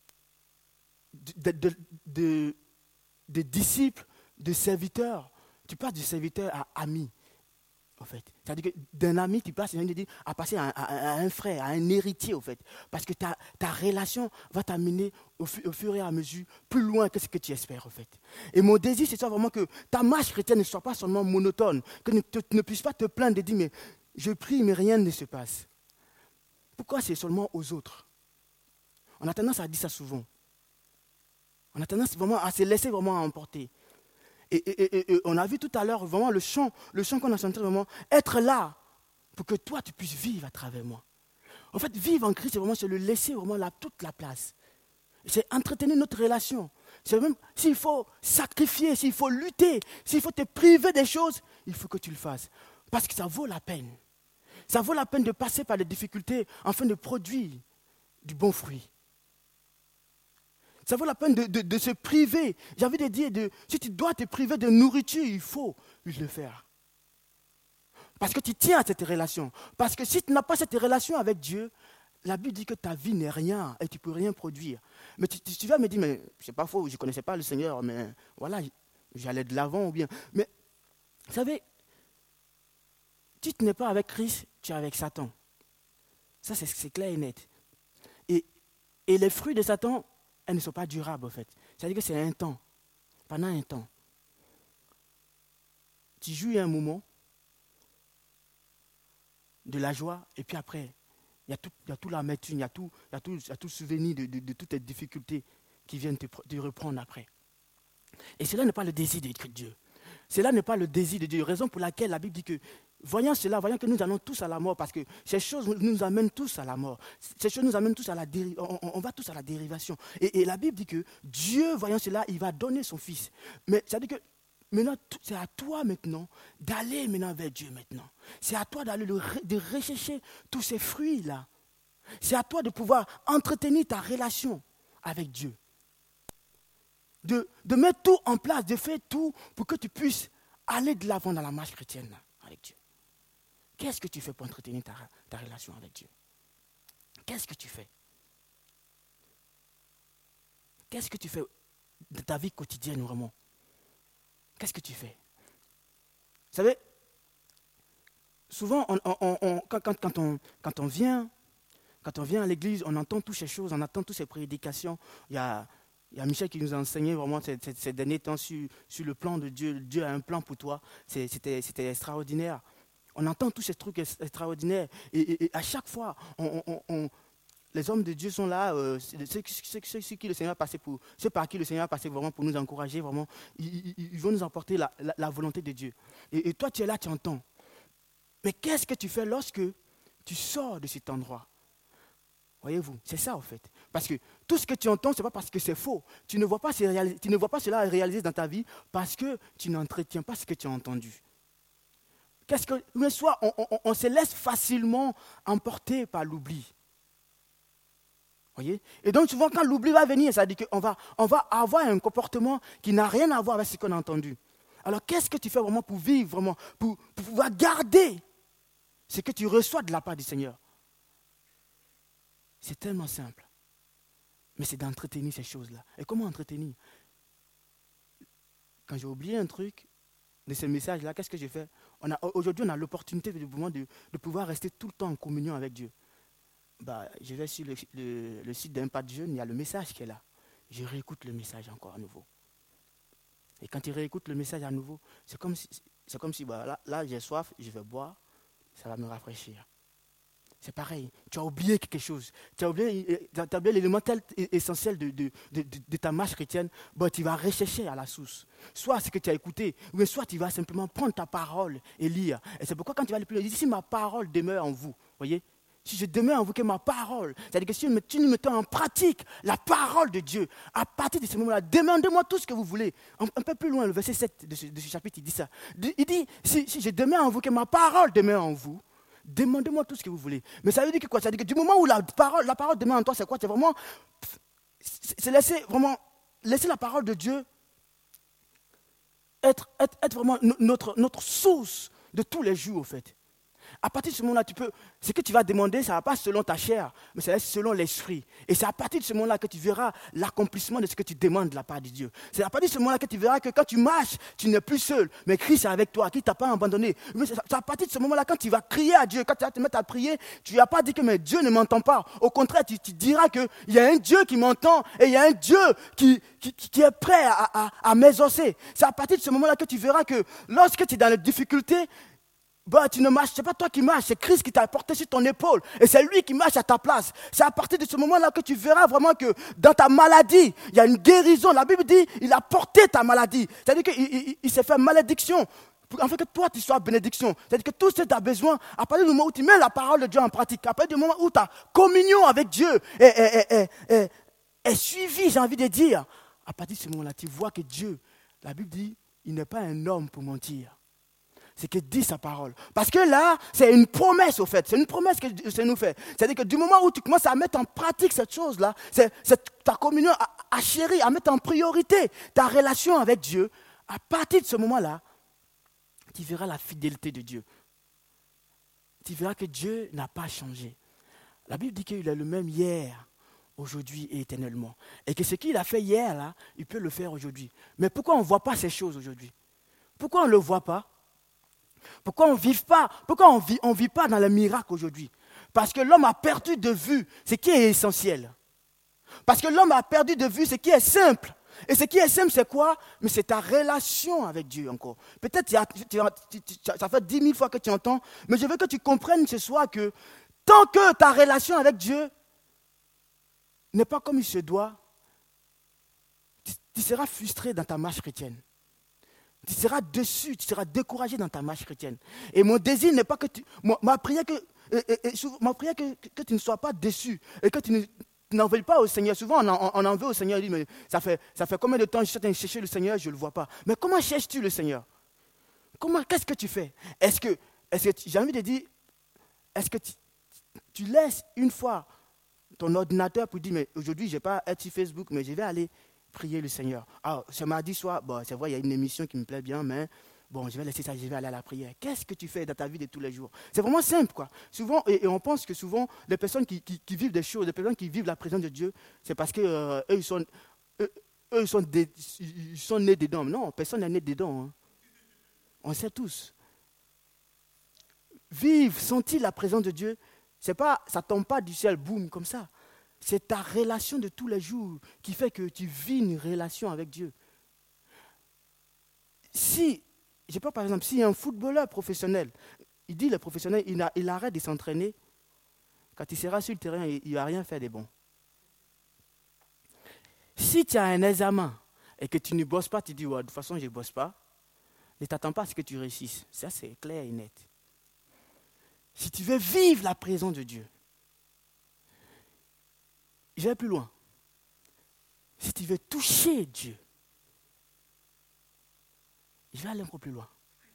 de disciples, de serviteurs, tu passes du serviteur à ami. En fait. C'est-à-dire que d'un ami, tu passes à passer à un frère, à un héritier, en fait. Parce que ta relation va t'amener au fur et à mesure plus loin que ce que tu espères, en fait. Et mon désir, c'est ça vraiment que ta marche chrétienne ne soit pas seulement monotone, que tu ne puisses pas te plaindre et dire, mais je prie, mais rien ne se passe. Pourquoi c'est seulement aux autres? On a tendance à dire ça souvent. On a tendance vraiment à se laisser vraiment emporter. Et on a vu tout à l'heure vraiment le chant qu'on a chanté vraiment, être là pour que toi tu puisses vivre à travers moi. En fait, vivre en Christ, c'est vraiment se le laisser vraiment toute la place. C'est entretenir notre relation. C'est même s'il faut sacrifier, s'il faut lutter, s'il faut te priver des choses, il faut que tu le fasses. Parce que ça vaut la peine. Ça vaut la peine de passer par des difficultés afin de produire du bon fruit. Ça vaut la peine de se priver. J'ai envie de dire, si tu dois te priver de nourriture, il faut le faire. Parce que tu tiens à cette relation. Parce que si tu n'as pas cette relation avec Dieu, la Bible dit que ta vie n'est rien et tu ne peux rien produire. Mais tu vas me dire, mais c'est pas faux, je ne connaissais pas le Seigneur, mais voilà, j'allais de l'avant ou bien. Mais vous savez, si tu n'es pas avec Christ, tu es avec Satan. Ça, c'est clair et net. Et les fruits de Satan, elles ne sont pas durables, en fait. C'est-à-dire que c'est un temps. Pendant un temps. Tu jouis un moment de la joie, et puis après, il y a tout l'amertume, il y a tout souvenir de toutes les difficultés qui viennent te reprendre après. Et cela n'est pas le désir de Dieu. Cela n'est pas le désir de Dieu. Raison pour laquelle la Bible dit que, voyant cela, voyant que nous allons tous à la mort, parce que ces choses nous amènent tous à la mort. Ces choses nous amènent tous à la dérivation. On va tous à la dérivation. Et la Bible dit que Dieu, voyant cela, il va donner son Fils. Mais ça veut dire que maintenant, c'est à toi maintenant d'aller maintenant vers Dieu maintenant. C'est à toi d'aller de rechercher tous ces fruits-là. C'est à toi de pouvoir entretenir ta relation avec Dieu. De mettre tout en place, de faire tout pour que tu puisses aller de l'avant dans la marche chrétienne avec Dieu. Qu'est-ce que tu fais pour entretenir ta relation avec Dieu? Qu'est-ce que tu fais? Qu'est-ce que tu fais de ta vie quotidienne vraiment qu'est-ce que tu fais? Vous savez, souvent, quand on vient à l'église, on entend toutes ces choses, on entend toutes ces prédications. Il y a Michel qui nous a enseigné vraiment ces derniers temps sur le plan de Dieu. Dieu a un plan pour toi. C'était extraordinaire. On entend tous ces trucs extraordinaires. Et à chaque fois, les hommes de Dieu sont là, ceux qui le Seigneur a passé pour, ceux par qui le Seigneur a passé vraiment pour nous encourager, vraiment, ils vont nous apporter la volonté de Dieu. Et toi, tu es là, tu entends. Mais qu'est-ce que tu fais lorsque tu sors de cet endroit? Voyez-vous, c'est ça en fait. Parce que tout ce que tu entends, ce n'est pas parce que c'est faux. Tu ne vois pas cela réalisé dans ta vie parce que tu n'entretiens pas ce que tu as entendu. Mais soit on se laisse facilement emporter par l'oubli. Voyez? Et donc souvent quand l'oubli va venir, ça veut dire qu'on va avoir un comportement qui n'a rien à voir avec ce qu'on a entendu. Alors qu'est-ce que tu fais vraiment pour vivre, vraiment, pour pouvoir garder ce que tu reçois de la part du Seigneur? C'est tellement simple. Mais c'est d'entretenir ces choses-là. Et comment entretenir? Quand j'ai oublié un truc de ce message-là, qu'est-ce que j'ai fait? Aujourd'hui, on a l'opportunité de pouvoir rester tout le temps en communion avec Dieu. Je vais sur le site d'Impact Jeune, il y a le message qui est là. Je réécoute le message encore à nouveau. Et quand il réécoute le message à nouveau, c'est comme si là j'ai soif, je vais boire, ça va me rafraîchir. C'est pareil, tu as oublié quelque chose, tu as oublié l'élément essentiel de ta marche chrétienne, tu vas rechercher à la source. Soit ce que tu as écouté, ou soit tu vas simplement prendre ta parole et lire. Et c'est pourquoi quand tu vas aller plus loin, il dit, si ma parole demeure en vous, voyez, si je demeure en vous que ma parole, c'est-à-dire que si tu ne mettez en pratique la parole de Dieu, à partir de ce moment-là, demandez-moi tout ce que vous voulez. Un peu plus loin, le verset 7 de ce chapitre, il dit ça. Il dit, si je demeure en vous que ma parole demeure en vous, demandez-moi tout ce que vous voulez. Mais ça veut dire que quoi? Ça veut dire que du moment où la parole demeure en toi, c'est quoi? C'est vraiment, laisser la parole de Dieu être vraiment notre source de tous les jours, en fait. À partir de ce moment-là, ce que tu vas demander, ça ne va pas selon ta chair, mais c'est selon l'esprit. Et c'est à partir de ce moment-là que tu verras l'accomplissement de ce que tu demandes de la part de Dieu. C'est à partir de ce moment-là que tu verras que quand tu marches, tu n'es plus seul, mais Christ est avec toi, qui ne t'a pas abandonné. Mais c'est à partir de ce moment-là, quand tu vas crier à Dieu, quand tu vas te mettre à prier, tu ne vas pas dire que mais Dieu ne m'entend pas. Au contraire, tu diras qu'il y a un Dieu qui m'entend et il y a un Dieu qui est prêt à m'exaucer. C'est à partir de ce moment-là que tu verras que lorsque tu es dans les difficultés, tu ne marches, c'est pas toi qui marches, c'est Christ qui t'a porté sur ton épaule et c'est lui qui marche à ta place. C'est à partir de ce moment-là que tu verras vraiment que dans ta maladie, il y a une guérison. La Bible dit, il a porté ta maladie. C'est-à-dire qu'il s'est fait malédiction afin que toi tu sois bénédiction. C'est-à-dire que tout ce que tu as besoin, à partir du moment où tu mets la parole de Dieu en pratique, à partir du moment où ta communion avec Dieu est suivie, j'ai envie de dire, à partir de ce moment-là, tu vois que Dieu, la Bible dit, il n'est pas un homme pour mentir. C'est que dit sa parole. Parce que là, c'est une promesse au fait. C'est une promesse que ça nous fait. C'est-à-dire que du moment où tu commences à mettre en pratique cette chose-là, c'est ta communion à chérir, à mettre en priorité ta relation avec Dieu, à partir de ce moment-là, tu verras la fidélité de Dieu. Tu verras que Dieu n'a pas changé. La Bible dit qu'il est le même hier, aujourd'hui et éternellement. Et que ce qu'il a fait hier, là, il peut le faire aujourd'hui. Mais pourquoi on ne voit pas ces choses aujourd'hui? Pourquoi on ne le voit pas? Pourquoi on ne vit pas? Pourquoi on vit pas dans le miracle aujourd'hui? Parce que l'homme a perdu de vue ce qui est essentiel. Parce que l'homme a perdu de vue ce qui est simple. Et ce qui est simple, c'est quoi? Mais c'est ta relation avec Dieu encore. Peut-être ça fait 10 000 fois que tu entends, mais je veux que tu comprennes ce soir que tant que ta relation avec Dieu n'est pas comme il se doit, tu seras frustré dans ta marche chrétienne. Tu seras déçu, tu seras découragé dans ta marche chrétienne. Et mon désir n'est pas que tu... Ma prière que tu ne sois pas déçu et que tu n'en veuilles pas au Seigneur. Souvent, on en veut au Seigneur. Il dit, mais ça fait combien de temps que je suis en train de chercher le Seigneur, je ne le vois pas. Mais comment cherches-tu le Seigneur? Qu'est-ce que tu fais? Est-ce que j'ai envie de dire, est-ce que tu laisses une fois ton ordinateur pour dire, mais aujourd'hui, je ne vais pas être sur Facebook, mais je vais aller prier le Seigneur. Ah, ce mardi soir, c'est vrai, il y a une émission qui me plaît bien, mais je vais laisser ça, je vais aller à la prière. Qu'est-ce que tu fais dans ta vie de tous les jours? C'est vraiment simple, quoi. Souvent, et on pense que souvent, les personnes qui vivent des choses, les personnes qui vivent la présence de Dieu, c'est parce que eux, eux ils sont nés dedans. Non, personne n'est né dedans. Hein. On sait tous. Vivre, sentir la présence de Dieu, ça ne tombe pas du ciel, boum, comme ça. C'est ta relation de tous les jours qui fait que tu vis une relation avec Dieu. Si, je sais pas, par exemple, si un footballeur professionnel, il dit le professionnel, il arrête de s'entraîner, quand il sera sur le terrain, il ne va rien faire de bon. Si tu as un examen et que tu ne bosses pas, tu dis, ouais, de toute façon, je ne bosse pas, ne t'attends pas à ce que tu réussisses. Ça, c'est clair et net. Si tu veux vivre la présence de Dieu, je vais plus loin. Si tu veux toucher Dieu, je vais aller encore plus loin.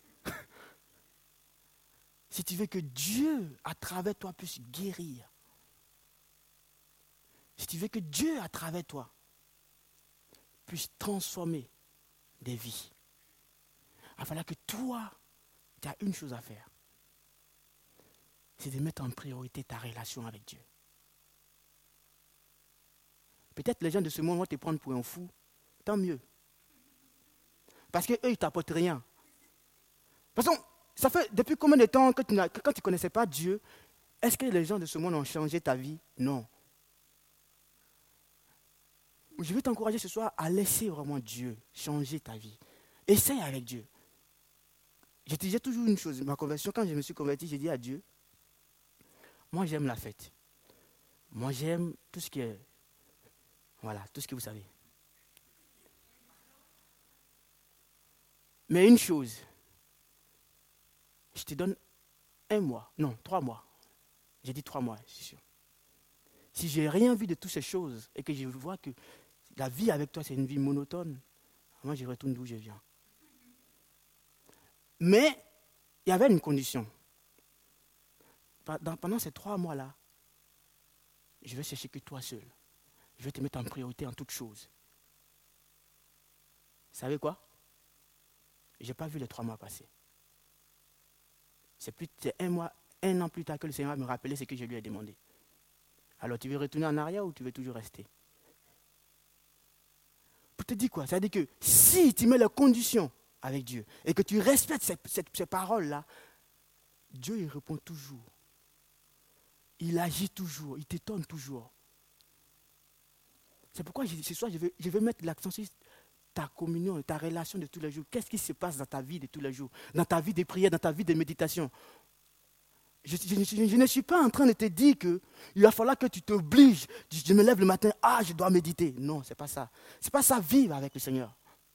Si tu veux que Dieu, à travers toi, puisse guérir. Si tu veux que Dieu, à travers toi, puisse transformer des vies. Il va falloir que toi, tu as une chose à faire. C'est de mettre en priorité ta relation avec Dieu. Peut-être les gens de ce monde vont te prendre pour un fou. Tant mieux. Parce qu'eux, ils ne t'apportent rien. De toute façon, ça fait depuis combien de temps que quand tu ne connaissais pas Dieu, est-ce que les gens de ce monde ont changé ta vie? Non. Je veux t'encourager ce soir à laisser vraiment Dieu changer ta vie. Essaye avec Dieu. Je te disais toujours une chose, ma conversion, quand je me suis converti, j'ai dit à Dieu, moi j'aime la fête. Moi j'aime tout ce qui est, voilà, tout ce que vous savez. Mais une chose, je te donne 1 mois, non, 3 mois. J'ai dit 3 mois, c'est sûr. Si je n'ai rien vu de toutes ces choses et que je vois que la vie avec toi c'est une vie monotone, moi je retourne d'où je viens. Mais il y avait une condition. Pendant ces 3 mois-là, je vais chercher que toi seul. Je vais te mettre en priorité en toutes choses. Vous savez quoi? Je n'ai pas vu les 3 mois passer. C'est 1 an plus tard que le Seigneur me rappelait ce que je lui ai demandé. Alors tu veux retourner en arrière ou tu veux toujours rester? Pour te dire quoi? Ça veut dire que si tu mets les conditions avec Dieu et que tu respectes ces paroles-là, Dieu il répond toujours. Il agit toujours, il t'étonne toujours. C'est pourquoi ce soir je veux mettre l'accent sur ta communion, ta relation de tous les jours. Qu'est-ce qui se passe dans ta vie de tous les jours? Dans ta vie de prière, dans ta vie de méditation. Je ne suis pas en train de te dire qu'il va falloir que tu t'obliges. Je me lève le matin, je dois méditer. Non, ce n'est pas ça. Ce n'est pas ça, vivre avec le Seigneur.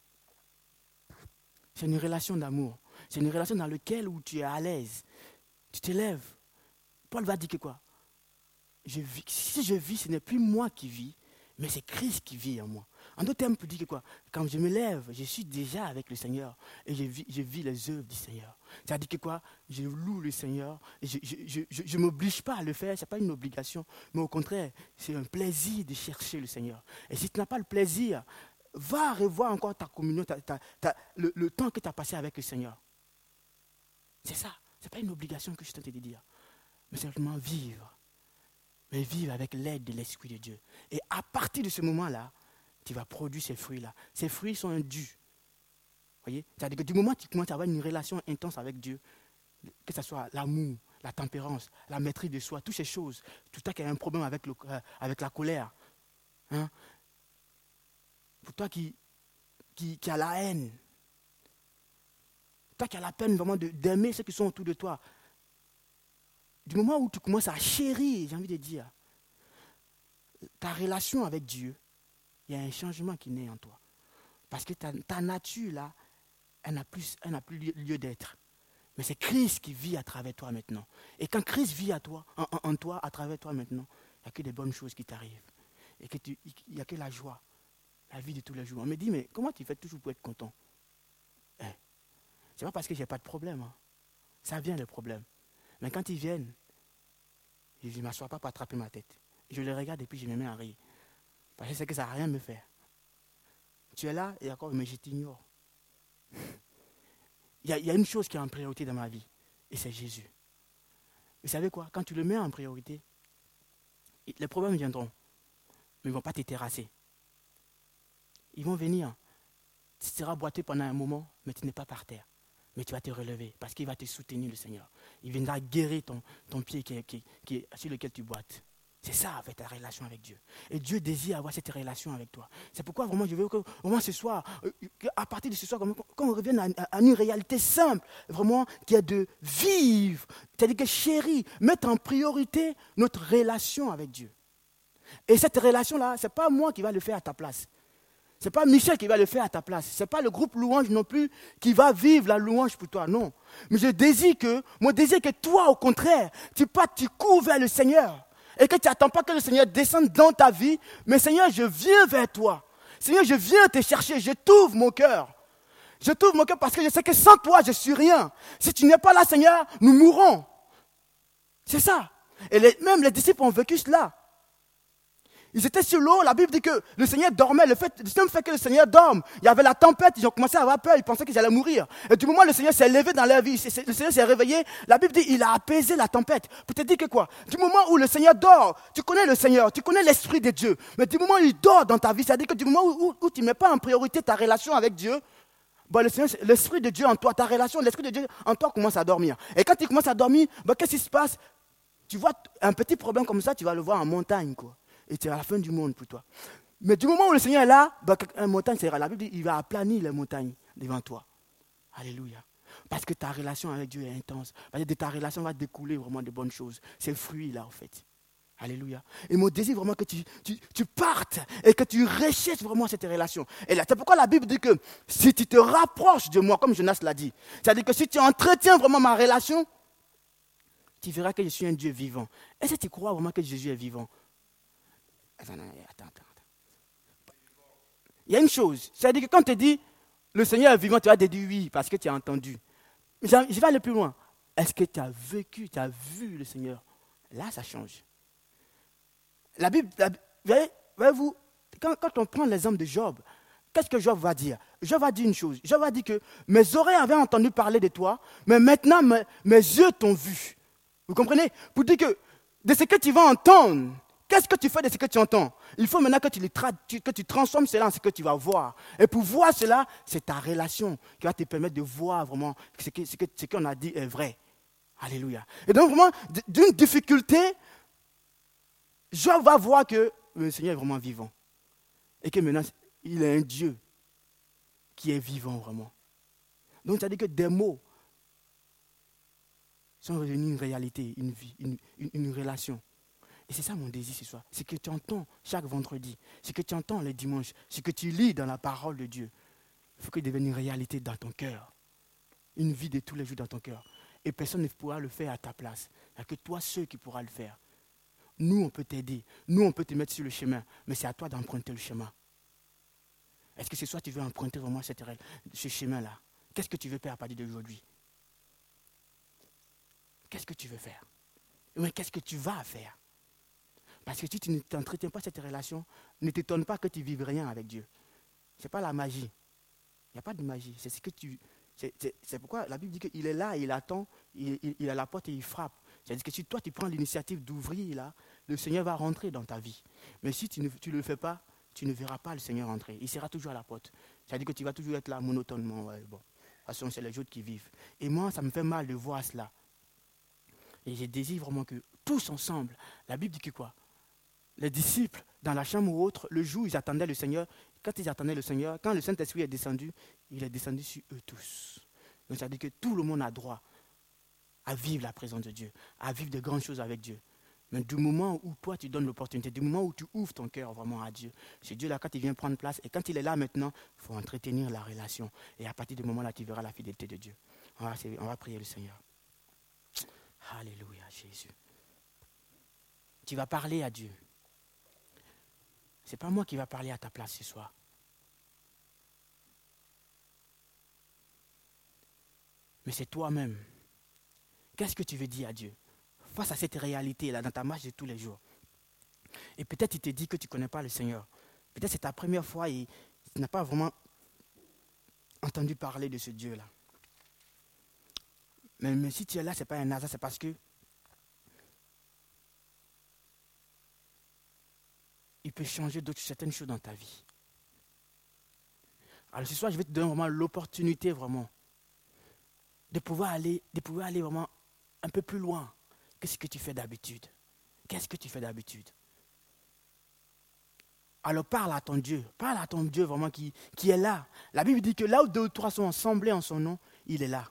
C'est une relation d'amour. C'est une relation dans laquelle où tu es à l'aise. Tu te lèves. Paul va dire que quoi? Si je vis, ce n'est plus moi qui vis, mais c'est Christ qui vit en moi. En d'autres termes, pour dire que quoi? Quand je me lève, je suis déjà avec le Seigneur et je vis les œuvres du Seigneur. C'est-à-dire que quoi? Je loue le Seigneur et je ne m'oblige pas à le faire, ce n'est pas une obligation, mais au contraire, c'est un plaisir de chercher le Seigneur. Et si tu n'as pas le plaisir, va revoir encore ta communion, le temps que tu as passé avec le Seigneur. C'est ça, ce n'est pas une obligation que je suis en train de dire, mais simplement vivre. Mais vivre avec l'aide de l'Esprit de Dieu. Et à partir de ce moment-là, tu vas produire ces fruits-là. Ces fruits sont un dû. Voyez? C'est-à-dire que du moment où tu commences à avoir une relation intense avec Dieu, que ce soit l'amour, la tempérance, la maîtrise de soi, toutes ces choses, tout ça qui a un problème avec la colère. Hein? Pour toi qui a la haine, toi qui as la peine vraiment d'aimer ceux qui sont autour de toi, du moment où tu commences à chérir, j'ai envie de dire, ta relation avec Dieu, il y a un changement qui naît en toi. Parce que ta nature, là, elle n'a plus lieu d'être. Mais c'est Christ qui vit à travers toi maintenant. Et quand Christ vit en toi, à travers toi maintenant, il n'y a que des bonnes choses qui t'arrivent. Et il n'y a que la joie, la vie de tous les jours. On me dit, mais comment tu fais toujours pour être content? C'est pas parce que je n'ai pas de problème. Hein. Ça vient le problème. Mais quand ils viennent, je ne m'assois pas pour attraper ma tête. Je les regarde et puis je me mets à rire. Parce que je sais que ça n'a rien à me faire. Tu es là et encore, mais je t'ignore. Il y a une chose qui est en priorité dans ma vie, et c'est Jésus. Vous savez quoi? Quand tu le mets en priorité, les problèmes viendront, mais ils ne vont pas te terrasser. Ils vont venir. Tu seras boiteux pendant un moment, mais tu n'es pas par terre. Mais tu vas te relever parce qu'il va te soutenir, le Seigneur. Il viendra guérir ton pied sur lequel tu boites. C'est ça, en fait, ta relation avec Dieu. Et Dieu désire avoir cette relation avec toi. C'est pourquoi vraiment je veux que vraiment ce soir, à partir de ce soir, qu'on revienne à une réalité simple, vraiment, qui est de vivre. C'est-à-dire que chérie, mettre en priorité notre relation avec Dieu. Et cette relation-là, ce n'est pas moi qui va le faire à ta place. Ce n'est pas Michel qui va le faire à ta place. Ce n'est pas le groupe louange non plus qui va vivre la louange pour toi, non. Mais mon désir que toi, au contraire, tu cours vers le Seigneur. Et que tu n'attends pas que le Seigneur descende dans ta vie. Mais Seigneur, je viens vers toi. Seigneur, je viens te chercher. Je t'ouvre mon cœur. Je t'ouvre mon cœur parce que je sais que sans toi, je ne suis rien. Si tu n'es pas là, Seigneur, nous mourrons. C'est ça. Et même les disciples ont vécu cela. Ils étaient sur l'eau, la Bible dit que le Seigneur dormait. Le simple fait que le Seigneur dorme, il y avait la tempête, ils ont commencé à avoir peur, ils pensaient qu'ils allaient mourir. Et du moment où le Seigneur s'est levé dans leur vie, le Seigneur s'est réveillé, la Bible dit qu'il a apaisé la tempête. Pour te dire que quoi? Du moment où le Seigneur dort, tu connais le Seigneur, tu connais l'Esprit de Dieu. Mais du moment où il dort dans ta vie, c'est-à-dire que du moment où tu ne mets pas en priorité ta relation avec Dieu, l'Esprit de Dieu en toi, ta relation, l'Esprit de Dieu en toi commence à dormir. Et quand il commence à dormir, qu'est-ce qui se passe? Tu vois un petit problème comme ça, tu vas le voir en montagne, quoi. Et c'est à la fin du monde pour toi. Mais du moment où le Seigneur est là, une montagne, c'est la Bible dit, il va aplanir les montagnes devant toi. Alléluia. Parce que ta relation avec Dieu est intense. Parce que de ta relation va découler vraiment de bonnes choses. C'est le fruit là, en fait. Alléluia. Et mon désir vraiment que tu partes et que tu recherches vraiment cette relation. Et là, c'est pourquoi la Bible dit que si tu te rapproches de moi, comme Jonas l'a dit, c'est-à-dire que si tu entretiens vraiment ma relation, tu verras que je suis un Dieu vivant. Est-ce que tu crois vraiment que Jésus est vivant? Attends. Il y a une chose, c'est-à-dire que quand tu te dis le Seigneur est vivant, tu vas te dire oui, parce que tu as entendu. Je vais aller plus loin. Est-ce que tu as vécu, tu as vu le Seigneur? Là, ça change. La Bible, voyez-vous, quand on prend l'exemple de Job, qu'est-ce que Job va dire? Job va dire une chose. Job va dire que mes oreilles avaient entendu parler de toi, mais maintenant mes yeux t'ont vu. Vous comprenez? Pour dire que de ce que tu vas entendre, qu'est-ce que tu fais de ce que tu entends? Il faut maintenant que tu transformes cela en ce que tu vas voir. Et pour voir cela, c'est ta relation qui va te permettre de voir vraiment ce qu'on a dit est vrai. Alléluia. Et donc vraiment, d'une difficulté, Job va voir que le Seigneur est vraiment vivant. Et que maintenant, il est un Dieu qui est vivant vraiment. Donc ça veut dire que des mots sont devenus une réalité, une vie, une relation. Et c'est ça mon désir ce soir. C'est que tu entends chaque vendredi, c'est que tu entends les dimanches, c'est que tu lis dans la parole de Dieu. Il faut qu'il devienne une réalité dans ton cœur. Une vie de tous les jours dans ton cœur. Et personne ne pourra le faire à ta place. Il n'y a que toi seul qui pourras le faire. Nous, on peut t'aider. Nous, on peut te mettre sur le chemin. Mais c'est à toi d'emprunter le chemin. Est-ce que ce soir, tu veux emprunter vraiment ce chemin-là? Qu'est-ce que tu veux faire à partir d'aujourd'hui? Qu'est-ce que tu veux faire? Mais qu'est-ce que tu vas faire? Parce que si tu ne t'entretiens pas cette relation, ne t'étonne pas que tu ne vives rien avec Dieu. Ce n'est pas la magie. Il n'y a pas de magie. C'est ce que c'est pourquoi la Bible dit qu'il est là, il attend, il est à la porte et il frappe. C'est-à-dire que si toi tu prends l'initiative d'ouvrir là, le Seigneur va rentrer dans ta vie. Mais si tu ne le fais pas, tu ne verras pas le Seigneur rentrer. Il sera toujours à la porte. C'est-à-dire que tu vas toujours être là monotonement. Ouais, bon. De toute façon, c'est les autres qui vivent. Et moi, ça me fait mal de voir cela. Et je désire vraiment que tous ensemble, la Bible dit que quoi? Les disciples, dans la chambre ou autre, le jour où ils attendaient le Seigneur, quand ils attendaient le Seigneur, quand le Saint-Esprit est descendu, il est descendu sur eux tous. Donc ça veut dire que tout le monde a droit à vivre la présence de Dieu, à vivre de grandes choses avec Dieu. Mais du moment où toi tu donnes l'opportunité, du moment où tu ouvres ton cœur vraiment à Dieu, c'est Dieu là quand il vient prendre place et quand il est là maintenant, il faut entretenir la relation. Et à partir du moment là, tu verras la fidélité de Dieu. On va prier le Seigneur. Alléluia, Jésus. Tu vas parler à Dieu. Ce n'est pas moi qui va parler à ta place ce soir. Mais c'est toi-même. Qu'est-ce que tu veux dire à Dieu face à cette réalité-là dans ta marche de tous les jours? Et peut-être il te dit que tu ne connais pas le Seigneur. Peut-être c'est ta première fois et tu n'as pas vraiment entendu parler de ce Dieu-là. Mais si tu es là, ce n'est pas un hasard, c'est parce que il peut changer certaines choses dans ta vie. Alors ce soir, je vais te donner vraiment l'opportunité vraiment de pouvoir aller vraiment un peu plus loin que ce que tu fais d'habitude. Qu'est-ce que tu fais d'habitude? Alors parle à ton Dieu vraiment qui est là. La Bible dit que là où 2 ou 3 sont assemblés en son nom, il est là.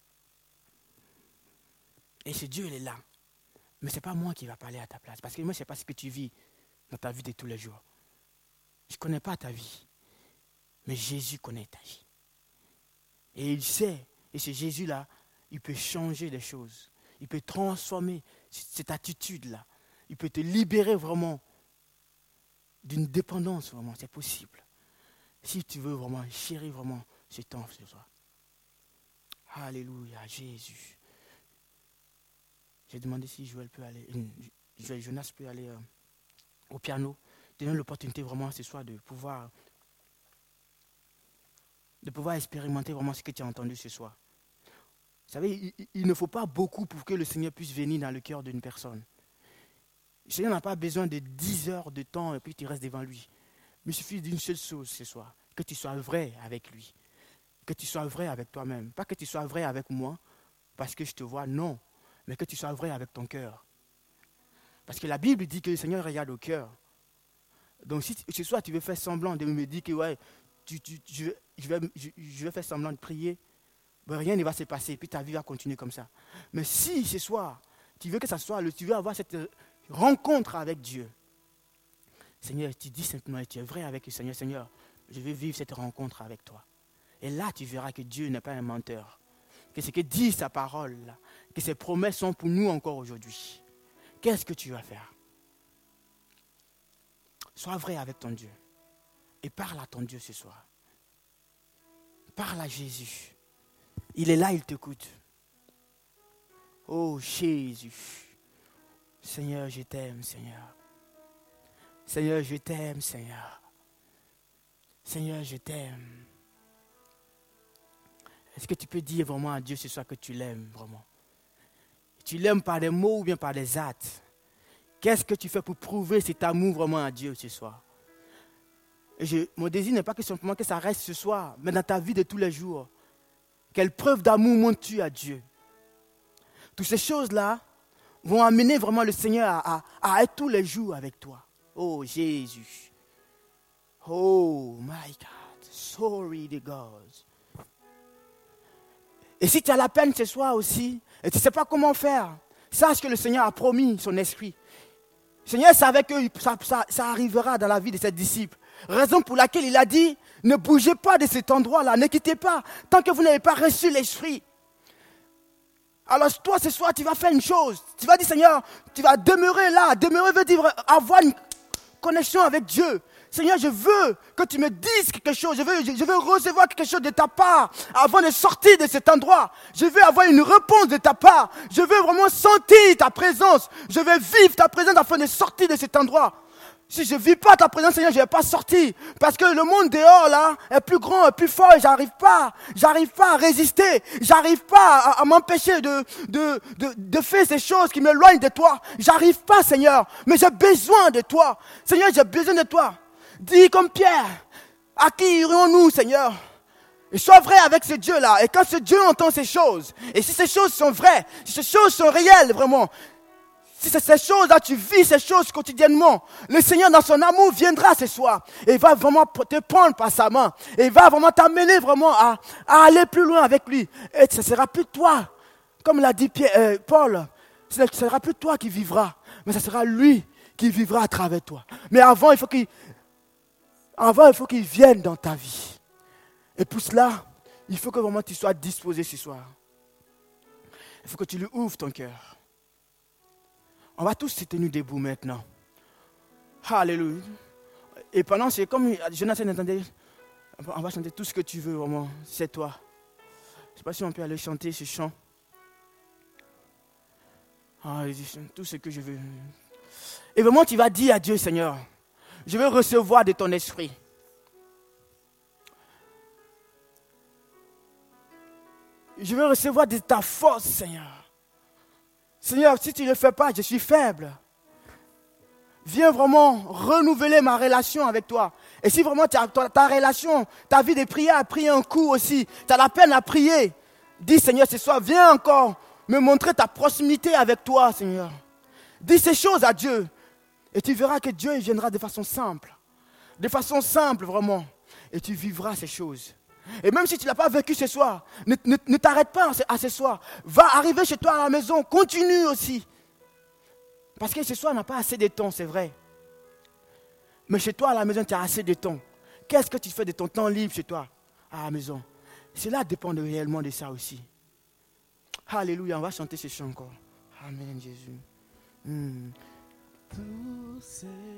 Et ce Dieu, il est là. Mais ce n'est pas moi qui va parler à ta place. Parce que moi, je ne sais pas ce que tu vis dans ta vie de tous les jours. Je ne connais pas ta vie. Mais Jésus connaît ta vie. Et il sait, et ce Jésus-là, il peut changer les choses. Il peut transformer cette attitude-là. Il peut te libérer vraiment d'une dépendance, vraiment. C'est possible. Si tu veux vraiment chérir vraiment ce temps ce soir. Alléluia, Jésus. J'ai demandé si Joël peut aller, Jonas peut aller au piano. Donner l'opportunité vraiment ce soir de pouvoir expérimenter vraiment ce que tu as entendu ce soir. Vous savez, il ne faut pas beaucoup pour que le Seigneur puisse venir dans le cœur d'une personne. Le Seigneur n'a pas besoin de 10 heures de temps et puis tu restes devant lui. Mais il suffit d'une seule chose ce soir, que tu sois vrai avec lui. Que tu sois vrai avec toi-même. Pas que tu sois vrai avec moi, parce que je te vois, non. Mais que tu sois vrai avec ton cœur. Parce que la Bible dit que le Seigneur regarde au cœur. Donc si ce soir tu veux faire semblant de me dire que ouais, je vais faire semblant de prier, ben rien ne va se passer, puis ta vie va continuer comme ça. Mais si ce soir, tu veux que ça soit, tu veux avoir cette rencontre avec Dieu, Seigneur, tu dis simplement, tu es vrai avec le Seigneur, Seigneur, je veux vivre cette rencontre avec toi. Et là, tu verras que Dieu n'est pas un menteur. Que ce que dit sa parole, là, que ses promesses sont pour nous encore aujourd'hui. Qu'est-ce que tu vas faire? Sois vrai avec ton Dieu. Et parle à ton Dieu ce soir. Parle à Jésus. Il est là, il t'écoute. Oh Jésus. Seigneur, je t'aime, Seigneur. Seigneur, je t'aime, Seigneur. Seigneur, je t'aime. Est-ce que tu peux dire vraiment à Dieu ce soir que tu l'aimes vraiment? Tu l'aimes par des mots ou bien par des actes? Qu'est-ce que tu fais pour prouver cet amour vraiment à Dieu ce soir? Et mon désir n'est pas que simplement que ça reste ce soir, mais dans ta vie de tous les jours. Quelle preuve d'amour montres-tu à Dieu? Toutes ces choses-là vont amener vraiment le Seigneur à être tous les jours avec toi. Oh Jésus. Oh my God. Sorry the God. Et si tu as la peine ce soir aussi, et tu ne sais pas comment faire, sache que le Seigneur a promis son esprit. Le Seigneur savait que ça arrivera dans la vie de ses disciples. Raison pour laquelle il a dit, ne bougez pas de cet endroit-là, ne quittez pas, tant que vous n'avez pas reçu l'esprit. Alors toi ce soir, tu vas faire une chose. Tu vas dire, Seigneur, tu vas demeurer là. Demeurer veut dire avoir une connexion avec Dieu. Seigneur, je veux que tu me dises quelque chose. Je veux recevoir quelque chose de ta part avant de sortir de cet endroit. Je veux avoir une réponse de ta part. Je veux vraiment sentir ta présence. Je veux vivre ta présence afin de sortir de cet endroit. Si je ne vis pas ta présence, Seigneur, je ne vais pas sortir. Parce que le monde dehors, là, est plus grand, est plus fort et j'arrive pas à résister. J'arrive pas à m'empêcher de faire ces choses qui m'éloignent de toi. J'arrive pas, Seigneur. Mais j'ai besoin de toi. Seigneur, j'ai besoin de toi. Dis comme Pierre, à qui irons-nous, Seigneur? Et sois vrai avec ce Dieu-là. Et quand ce Dieu entend ces choses, et si ces choses sont vraies, si ces choses sont réelles, vraiment, si c'est ces choses-là, tu vis ces choses quotidiennement, le Seigneur dans son amour viendra ce soir et va vraiment te prendre par sa main et va vraiment t'amener vraiment à aller plus loin avec lui. Et ce ne sera plus toi, comme l'a dit Paul, ce ne sera plus toi qui vivras, mais ce sera lui qui vivra à travers toi. Mais avant, il faut qu'il vienne dans ta vie. Et pour cela, il faut que vraiment tu sois disposé ce soir. Il faut que tu lui ouvres ton cœur. On va tous se tenir debout maintenant. Alléluia. Et pendant, c'est comme Jonathan entendait, on va chanter tout ce que tu veux vraiment, c'est toi. Je ne sais pas si on peut aller chanter ce chant. Tout ce que je veux. Et vraiment, tu vas dire à Dieu, Seigneur, je veux recevoir de ton esprit. Je veux recevoir de ta force, Seigneur. Seigneur, si tu ne le fais pas, je suis faible. Viens vraiment renouveler ma relation avec toi. Et si vraiment ta relation, ta vie de prière a pris un coup aussi, tu as la peine à prier, dis Seigneur, ce soir, viens encore me montrer ta proximité avec toi, Seigneur. Dis ces choses à Dieu. Et tu verras que Dieu viendra de façon simple. De façon simple, vraiment. Et tu vivras ces choses. Et même si tu ne l'as pas vécu ce soir, ne t'arrête pas à ce soir. Va arriver chez toi à la maison, continue aussi. Parce que ce soir, on n'a pas assez de temps, c'est vrai. Mais chez toi à la maison, tu as assez de temps. Qu'est-ce que tu fais de ton temps libre chez toi à la maison? Cela dépend réellement de ça aussi. Alléluia, on va chanter ce chant encore. Amen, Jésus.